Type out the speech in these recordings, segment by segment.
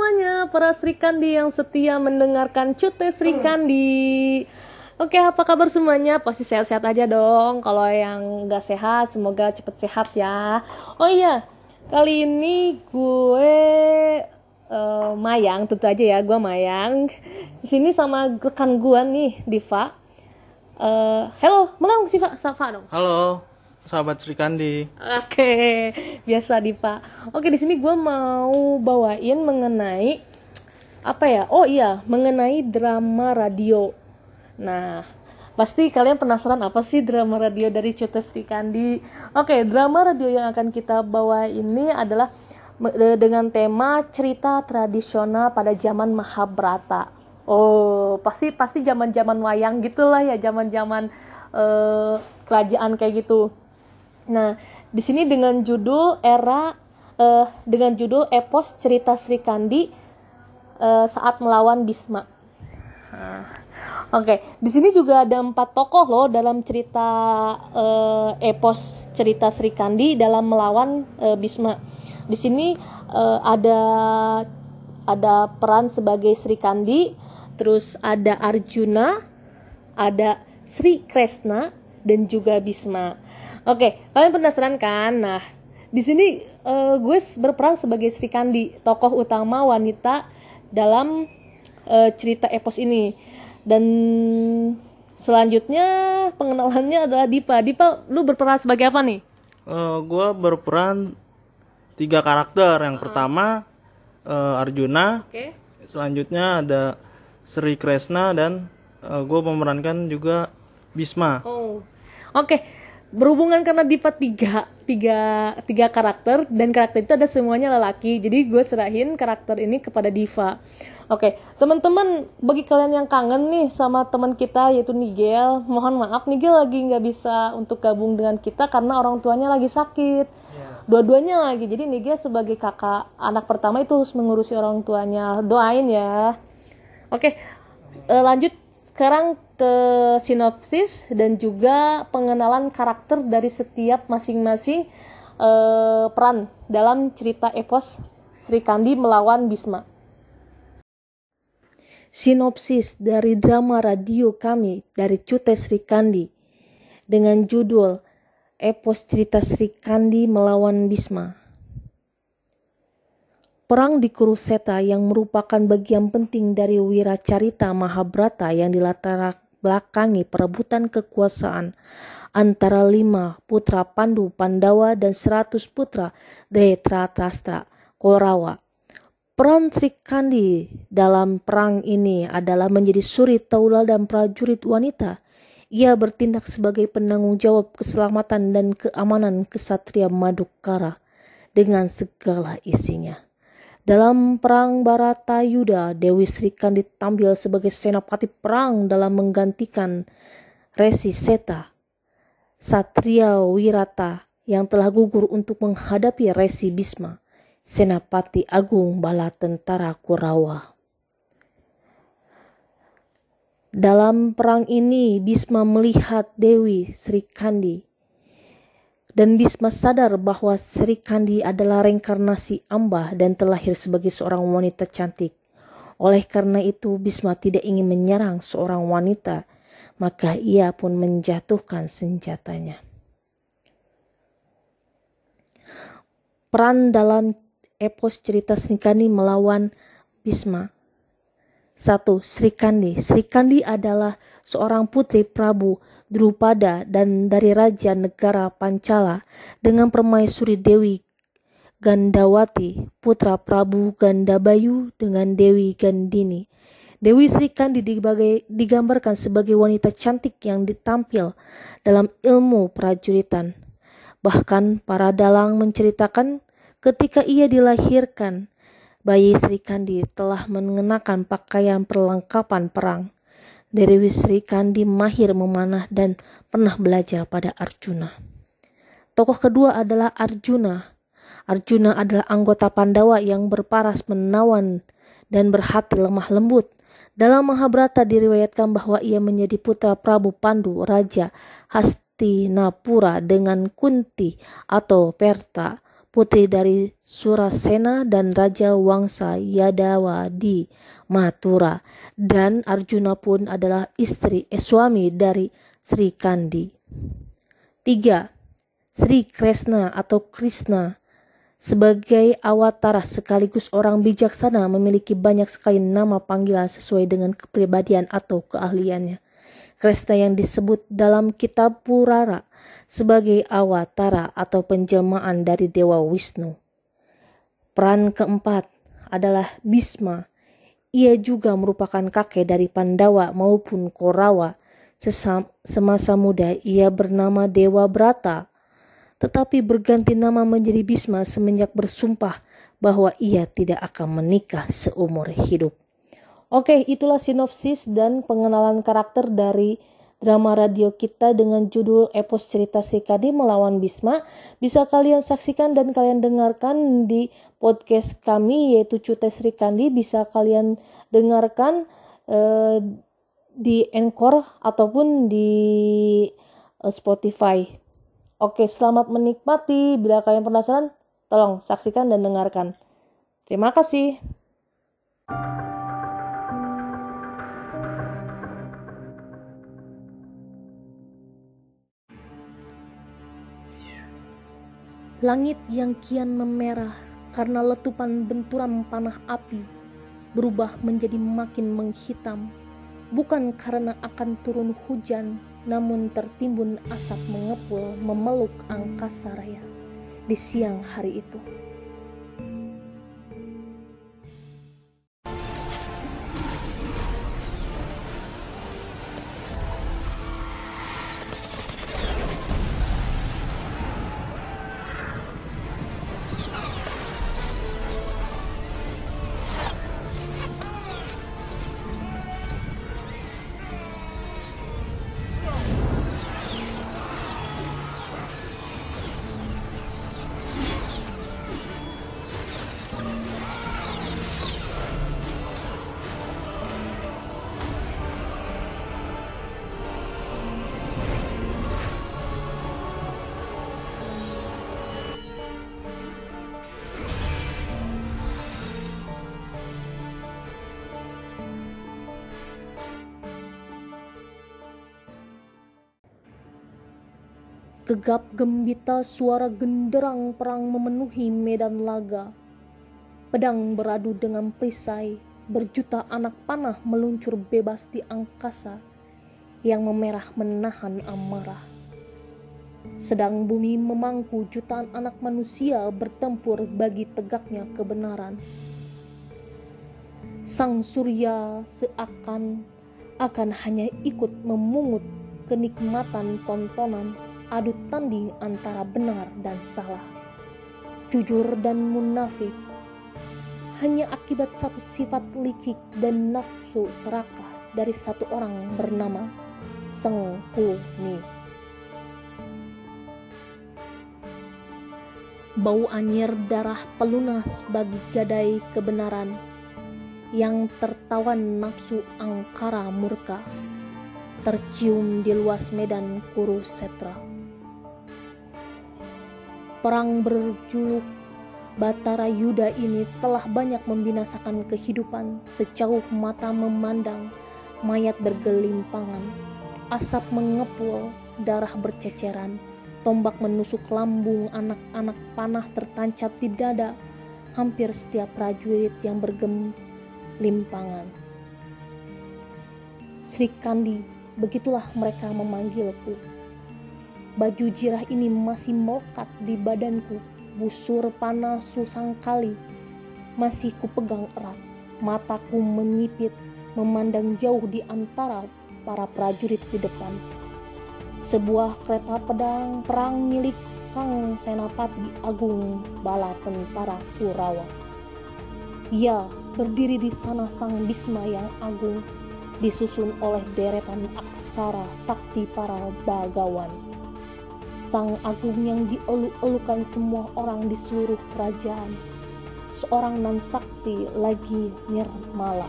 semuanya, para Sri Kandi yang setia mendengarkan Cute Sri Kandi. Oke, apa kabar semuanya? Pasti sehat-sehat aja dong. Kalau yang nggak sehat, semoga cepet sehat ya. Oh iya, kali ini gue Mayang, tentu aja ya, gue Mayang. Di sini sama rekan gue nih, Diva. Hello, mana dong Safa dong? Halo, sahabat Sri Kandi. Oke, biasa Diva. Oke, di sini gue mau bawain mengenai apa ya? Oh iya, mengenai drama radio. Nah, pasti kalian penasaran apa sih drama radio dari Cute Sri Kandi? Oke, drama radio yang akan kita bawa ini adalah dengan tema cerita tradisional pada zaman Mahabharata. Oh, pasti zaman-zaman wayang gitulah ya, zaman-zaman kerajaan kayak gitu. Nah, di sini dengan judul epos cerita Sri Kandi saat melawan Bisma. Oke, di sini juga ada 4 tokoh loh dalam cerita epos cerita Sri Kandi dalam melawan Bisma. Di sini ada peran sebagai Sri Kandi, terus ada Arjuna, ada Sri Kresna, dan juga Bisma. Oke, kalian penasaran kan? Nah, di sini gue berperan sebagai Sri Kandi, tokoh utama wanita dalam cerita epos ini. Dan selanjutnya pengenalannya adalah Dipa. Dipa, lu berperan sebagai apa nih? Gue berperan 3 karakter. Yang pertama Arjuna. Oke. Selanjutnya ada Sri Kresna dan gue memerankan juga Bisma. Oh, oke. Berhubungan karena Dipa tiga karakter, dan karakter itu ada semuanya lelaki, jadi gue serahin karakter ini kepada Diva. Oke, teman-teman, bagi kalian yang kangen nih sama teman kita yaitu Nigel, mohon maaf Nigel lagi nggak bisa untuk gabung dengan kita karena orang tuanya lagi sakit. Dua-duanya lagi, jadi Nigel sebagai kakak anak pertama itu harus mengurusi orang tuanya. Doain ya. Oke, lanjut sekarang ke sinopsis dan juga pengenalan karakter dari setiap masing-masing peran dalam cerita epos Sri Kandi melawan Bisma. Sinopsis dari drama radio kami dari Cute Sri Kandi dengan judul Epos Cerita Sri Kandi melawan Bisma. Perang di Kuruseta yang merupakan bagian penting dari wiracarita Mahabharata yang dilatar belakangi perebutan kekuasaan antara 5 putra Pandu Pandawa dan 100 putra Dhritarashtra Kaurawa. Peran Sri Kandi dalam perang ini adalah menjadi suri taulal dan prajurit wanita. Ia bertindak sebagai penanggung jawab keselamatan dan keamanan kesatria Madukara dengan segala isinya. Dalam perang Baratayuda, Dewi Sri Kandi tampil sebagai senapati perang dalam menggantikan Resi Seta, Satria Wirata yang telah gugur untuk menghadapi Resi Bisma, senapati agung bala tentara Kaurawa. Dalam perang ini, Bisma melihat Dewi Sri Kandi dan Bisma sadar bahwa Sri Kandi adalah reinkarnasi Amba dan terlahir sebagai seorang wanita cantik. Oleh karena itu, Bisma tidak ingin menyerang seorang wanita, maka ia pun menjatuhkan senjatanya. Peran dalam epos cerita Sri Kandi melawan Bisma. 1. Sri Kandi. Sri Kandi adalah seorang putri Prabu Drupada dan dari Raja Negara Pancala dengan permaisuri Dewi Gandawati, putra Prabu Gandabayu dengan Dewi Gandini. Dewi Sri Kandi digambarkan sebagai wanita cantik yang ditampil dalam ilmu prajuritan. Bahkan para dalang menceritakan ketika ia dilahirkan, bayi Sri Kandi telah mengenakan pakaian perlengkapan perang. Dewi Sri Kandi mahir memanah dan pernah belajar pada Arjuna. Tokoh kedua adalah Arjuna. Arjuna adalah anggota Pandawa yang berparas menawan dan berhati lemah lembut. Dalam Mahabharata diriwayatkan bahwa ia menjadi putra Prabu Pandu, Raja Hastinapura dengan Kunti atau Perta, putri dari Surasena dan Raja Wangsa Yadawa di Mathura, dan Arjuna pun adalah suami dari Sri Kandi. 3. Sri Kresna atau Krishna sebagai awatara sekaligus orang bijaksana memiliki banyak sekali nama panggilan sesuai dengan kepribadian atau keahliannya. Kresna yang disebut dalam kitab Purana sebagai awatara atau penjelmaan dari Dewa Wisnu. Peran keempat adalah Bhisma. Ia juga merupakan kakek dari Pandawa maupun Korawa. Semasa muda ia bernama Dewa Brata, tetapi berganti nama menjadi Bhisma semenjak bersumpah bahwa ia tidak akan menikah seumur hidup. Oke, itulah sinopsis dan pengenalan karakter dari drama radio kita dengan judul Epos Cerita Sri Kandi Melawan Bhisma. Bisa kalian saksikan dan kalian dengarkan di podcast kami yaitu Cute Sri Kandi. Bisa kalian dengarkan di Anchor ataupun di Spotify. Oke, selamat menikmati. Bila kalian penasaran, tolong saksikan dan dengarkan. Terima kasih. Langit yang kian memerah karena letupan benturan panah api berubah menjadi makin menghitam, bukan karena akan turun hujan, namun tertimbun asap mengepul memeluk angkasa raya di siang hari itu. Gegap gembita suara genderang perang memenuhi medan laga. Pedang beradu dengan perisai, berjuta anak panah meluncur bebas di angkasa yang memerah menahan amarah. Sedang bumi memangku jutaan anak manusia bertempur bagi tegaknya kebenaran. Sang surya seakan hanya ikut memungut kenikmatan tontonan adu tanding antara benar dan salah, jujur dan munafik, hanya akibat satu sifat licik dan nafsu serakah dari satu orang bernama Sengkuni. Bau anyir darah pelunas bagi gadai kebenaran yang tertawan nafsu angkara murka tercium di luas medan Kurukshetra. Perang berjuluk Batara Yuda ini telah banyak membinasakan kehidupan. Sejauh mata memandang, mayat bergelimpangan, asap mengepul, darah berceceran, tombak menusuk lambung, anak-anak panah tertancap di dada hampir setiap prajurit yang bergelimpangan. Sri Kandi, begitulah mereka memanggilku. Baju jirah ini masih melekat di badanku. Busur panah susangkali masih kupegang erat. Mataku menyipit memandang jauh di antara para prajurit di depan. Sebuah kereta pedang perang milik sang senapati agung bala tentara Kurawa. Ya, berdiri di sana sang Bhisma yang agung, disusun oleh deretan aksara sakti para bagawan. Sang agung yang dielu-elukan semua orang di seluruh kerajaan, seorang nan sakti lagi nirmala,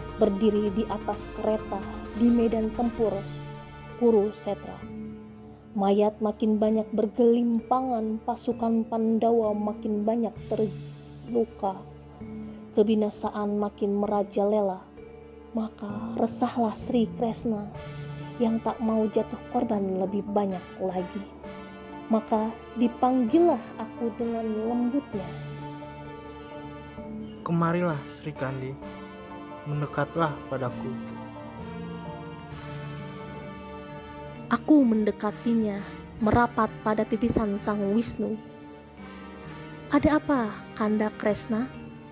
berdiri di atas kereta di medan tempur Kurukshetra. Mayat makin banyak bergelimpangan, pasukan Pandawa makin banyak terluka, kebinasaan makin merajalela. Maka resahlah Sri Kresna yang tak mau jatuh korban lebih banyak lagi. Maka dipanggillah aku dengan lembutnya. Kemarilah Sri Kandi, mendekatlah padaku. Aku mendekatinya, merapat pada titisan Sang Wisnu. Ada apa, Kanda Kresna?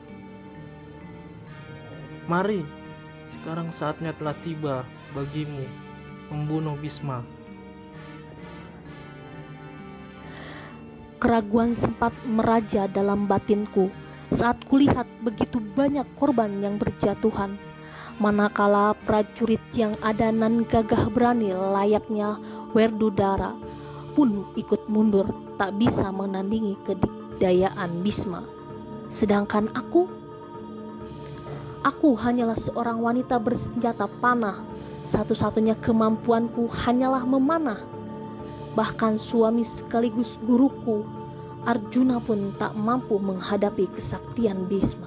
Mari, sekarang saatnya telah tiba bagimu membunuh Bisma. Keraguan sempat meraja dalam batinku saat kulihat begitu banyak korban yang berjatuhan. Manakala prajurit yang ada nan gagah berani layaknya Werdudara pun ikut mundur, tak bisa menandingi kedikdayaan Bisma. Sedangkan aku hanyalah seorang wanita bersenjata panah. Satu-satunya kemampuanku hanyalah memanah. Bahkan suami sekaligus guruku, Arjuna pun tak mampu menghadapi kesaktian Bisma.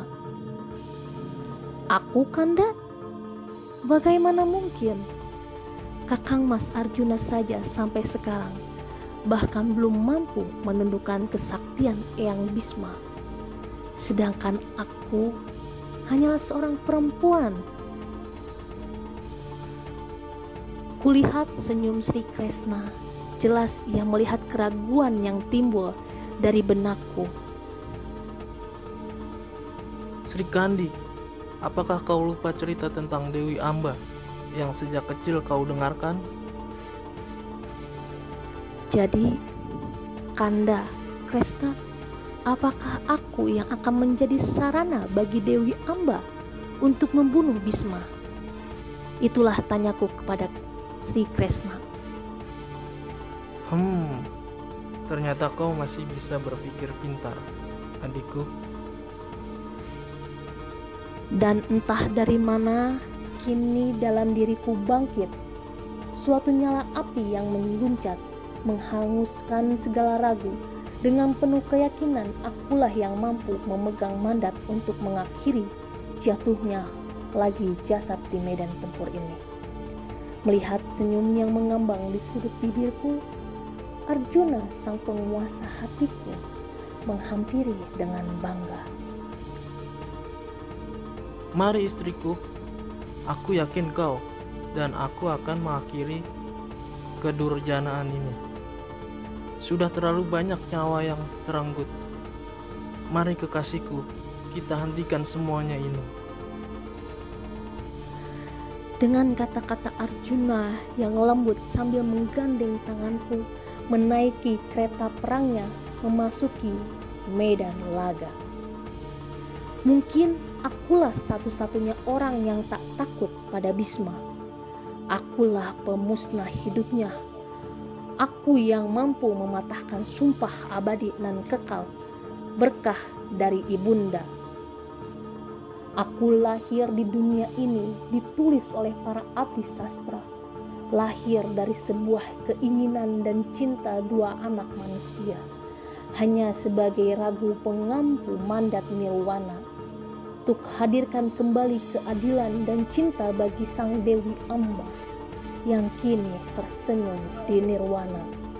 Aku, Kanda? Bagaimana mungkin? Kakang Mas Arjuna saja sampai sekarang bahkan belum mampu menundukkan kesaktian Eyang Bisma. Sedangkan aku hanyalah seorang perempuan. Kulihat senyum Sri Kresna. Jelas ia melihat keraguan yang timbul dari benakku. Sri Kandi, apakah kau lupa cerita tentang Dewi Amba yang sejak kecil kau dengarkan? Jadi, Kanda Kresna, apakah aku yang akan menjadi sarana bagi Dewi Amba untuk membunuh Bisma? Itulah tanyaku kepada Sri Kresna. Ternyata kau masih bisa berpikir pintar, adikku. Dan entah dari mana kini dalam diriku bangkit suatu nyala api yang mengguncat, menghanguskan segala ragu. Dengan penuh keyakinan akulah yang mampu memegang mandat untuk mengakhiri jatuhnya lagi jasad di medan tempur ini. Melihat senyum yang mengambang di sudut bibirku, Arjuna, sang penguasa hatiku, menghampiri dengan bangga. Mari istriku, aku yakin kau dan aku akan mengakhiri kedurjanaan ini. Sudah terlalu banyak nyawa yang terenggut. Mari kekasihku, kita hentikan semuanya ini. Dengan kata-kata Arjuna yang lembut sambil menggandeng tanganku, menaiki kereta perangnya memasuki medan laga. Mungkin akulah satu-satunya orang yang tak takut pada Bisma. Akulah pemusnah hidupnya. Aku yang mampu mematahkan sumpah abadi nan kekal, berkah dari ibunda. Aku lahir di dunia ini ditulis oleh para abdi sastra, lahir dari sebuah keinginan dan cinta dua anak manusia, hanya sebagai ragu pengampu mandat nirwana, untuk hadirkan kembali keadilan dan cinta bagi sang Dewi Amba yang kini tersenyum di nirwana.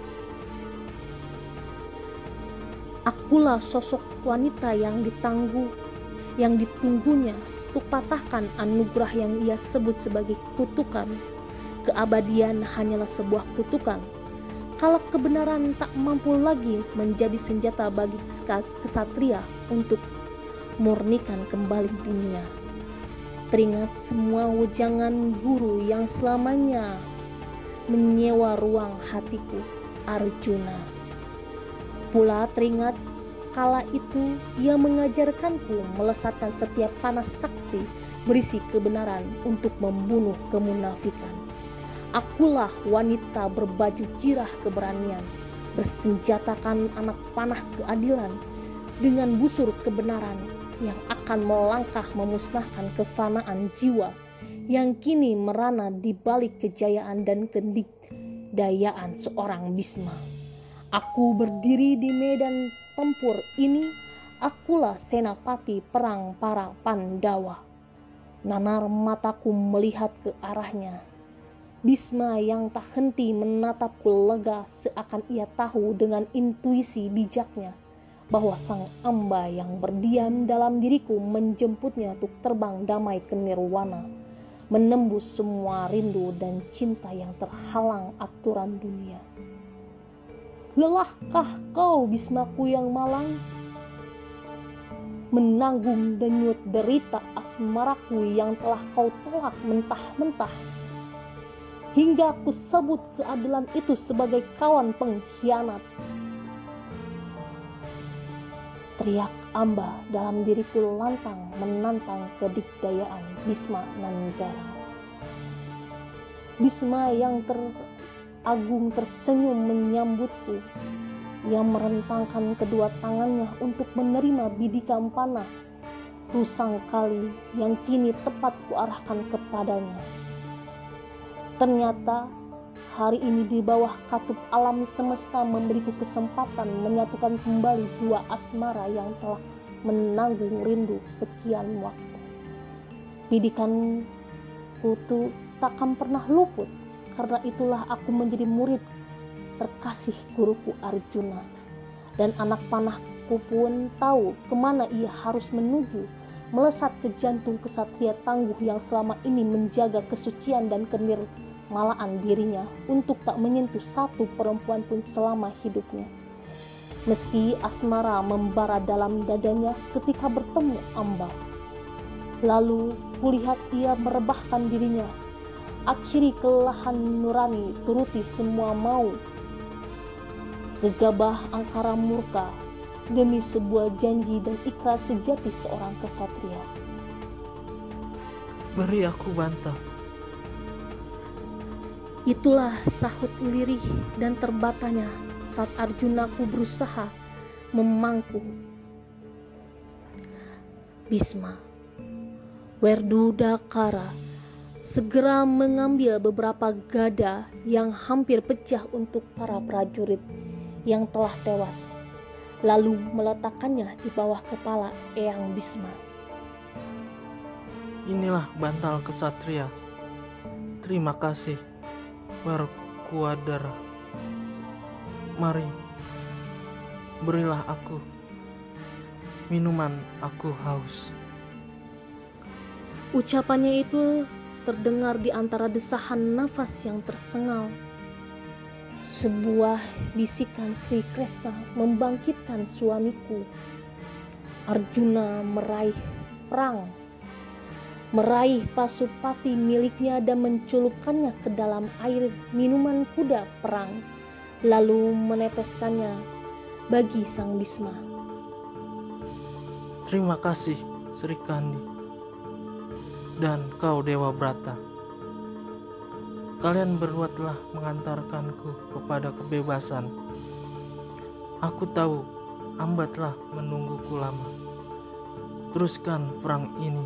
Akulah sosok wanita yang ditunggunya untuk patahkan anugerah yang ia sebut sebagai kutukan. Keabadian hanyalah sebuah kutukan. Kalau kebenaran tak mampu lagi menjadi senjata bagi kesatria untuk murnikan kembali dunia. Teringat semua wejangan guru yang selamanya menyewa ruang hatiku, Arjuna. Pula teringat kala itu ia mengajarkanku melesatkan setiap panas sakti berisi kebenaran untuk membunuh kemunafikan. Akulah wanita berbaju jirah keberanian, bersenjatakan anak panah keadilan dengan busur kebenaran yang akan melangkah memusnahkan kefanaan jiwa yang kini merana di balik kejayaan dan kedikdayaan seorang Bisma. Aku berdiri di medan tempur ini, akulah senapati perang para Pandawa. Nanar mataku melihat ke arahnya. Bisma yang tak henti menatapku lega, seakan ia tahu dengan intuisi bijaknya bahwa sang Amba yang berdiam dalam diriku menjemputnya untuk terbang damai ke nirwana, menembus semua rindu dan cinta yang terhalang aturan dunia. Lelahkah kau, Bismaku yang malang, menanggung denyut derita asmaraku yang telah kau tolak mentah-mentah, hingga aku sebut keadilan itu sebagai kawan pengkhianat? Teriak Amba dalam diriku lantang menantang kedikdayaan Bisma Nanggarang. Bisma yang teragung tersenyum menyambutku, yang merentangkan kedua tangannya untuk menerima bidikan panah rusang kali yang kini tepat kuarahkan kepadanya. Ternyata hari ini di bawah katup alam semesta memberiku kesempatan menyatukan kembali dua asmara yang telah menanggung rindu sekian waktu. Bidikanku tuh takkan pernah luput, karena itulah aku menjadi murid terkasih guruku Arjuna. Dan anak panahku pun tahu kemana ia harus menuju, melesat ke jantung kesatria tangguh yang selama ini menjaga kesucian dan kenirmalaan dirinya untuk tak menyentuh satu perempuan pun selama hidupnya. Meski asmara membara dalam dadanya ketika bertemu Amba. Lalu kulihat ia merebahkan dirinya, akhiri kelelahan nurani turuti semua mau, gegabah angkara murka demi sebuah janji dan ikhlas sejati seorang kesatria. Beri aku bantal. Itulah sahut lirih dan terbatanya saat Arjunaku berusaha memangku Bisma. Werdudakara segera mengambil beberapa gada yang hampir pecah untuk para prajurit yang telah tewas, lalu meletakkannya di bawah kepala Eyang Bisma. Inilah bantal kesatria. Terima kasih, Warkuadara. Mari, berilah aku minuman, aku haus. Ucapannya itu terdengar di antara desahan nafas yang tersengal. Sebuah bisikan Sri Krishna membangkitkan suamiku. Arjuna meraih perang, meraih pasupati miliknya dan mencelupkannya ke dalam air minuman kuda perang, lalu meneteskannya bagi sang Bisma. Terima kasih, Sri Kandi. Dan kau Dewa Brata, kalian berdua telah mengantarkanku kepada kebebasan. Aku tahu Amba telah menungguku lama. Teruskan perang ini.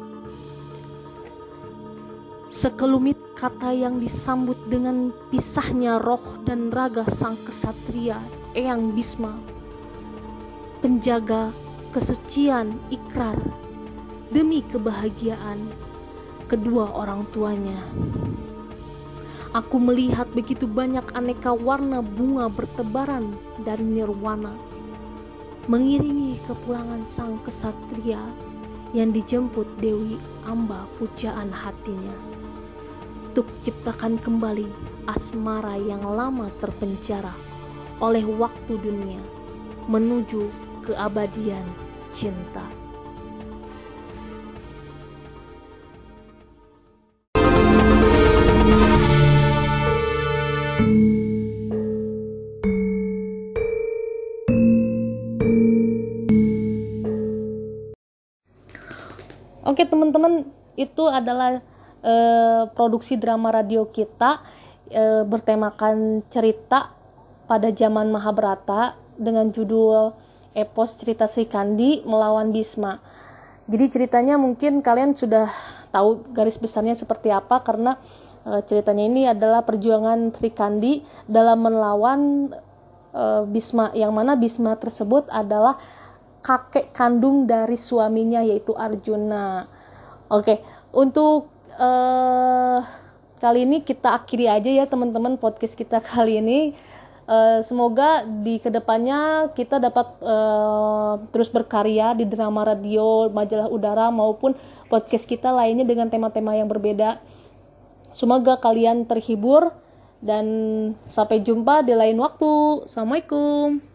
Sekelumit kata yang disambut dengan pisahnya roh dan raga sang kesatria Eyang Bisma, penjaga kesucian ikrar demi kebahagiaan kedua orang tuanya. Aku melihat begitu banyak aneka warna bunga bertebaran dari nirwana, mengiringi kepulangan sang kesatria yang dijemput Dewi Amba pujaan hatinya, untuk ciptakan kembali asmara yang lama terpenjara oleh waktu dunia menuju keabadian cinta. Oke teman-teman, itu adalah produksi drama radio kita bertemakan cerita pada zaman Mahabharata dengan judul Epos Cerita Sri Kandi Melawan Bisma. Jadi ceritanya mungkin kalian sudah tahu garis besarnya seperti apa, karena ceritanya ini adalah perjuangan Srikandi dalam melawan Bhisma, yang mana Bhisma tersebut adalah kakek kandung dari suaminya yaitu Arjuna. Oke, untuk kali ini kita akhiri aja ya teman-teman podcast kita kali ini. Semoga di kedepannya kita dapat terus berkarya di drama radio, majalah udara maupun podcast kita lainnya dengan tema-tema yang berbeda. Semoga kalian terhibur dan sampai jumpa di lain waktu. Assalamualaikum.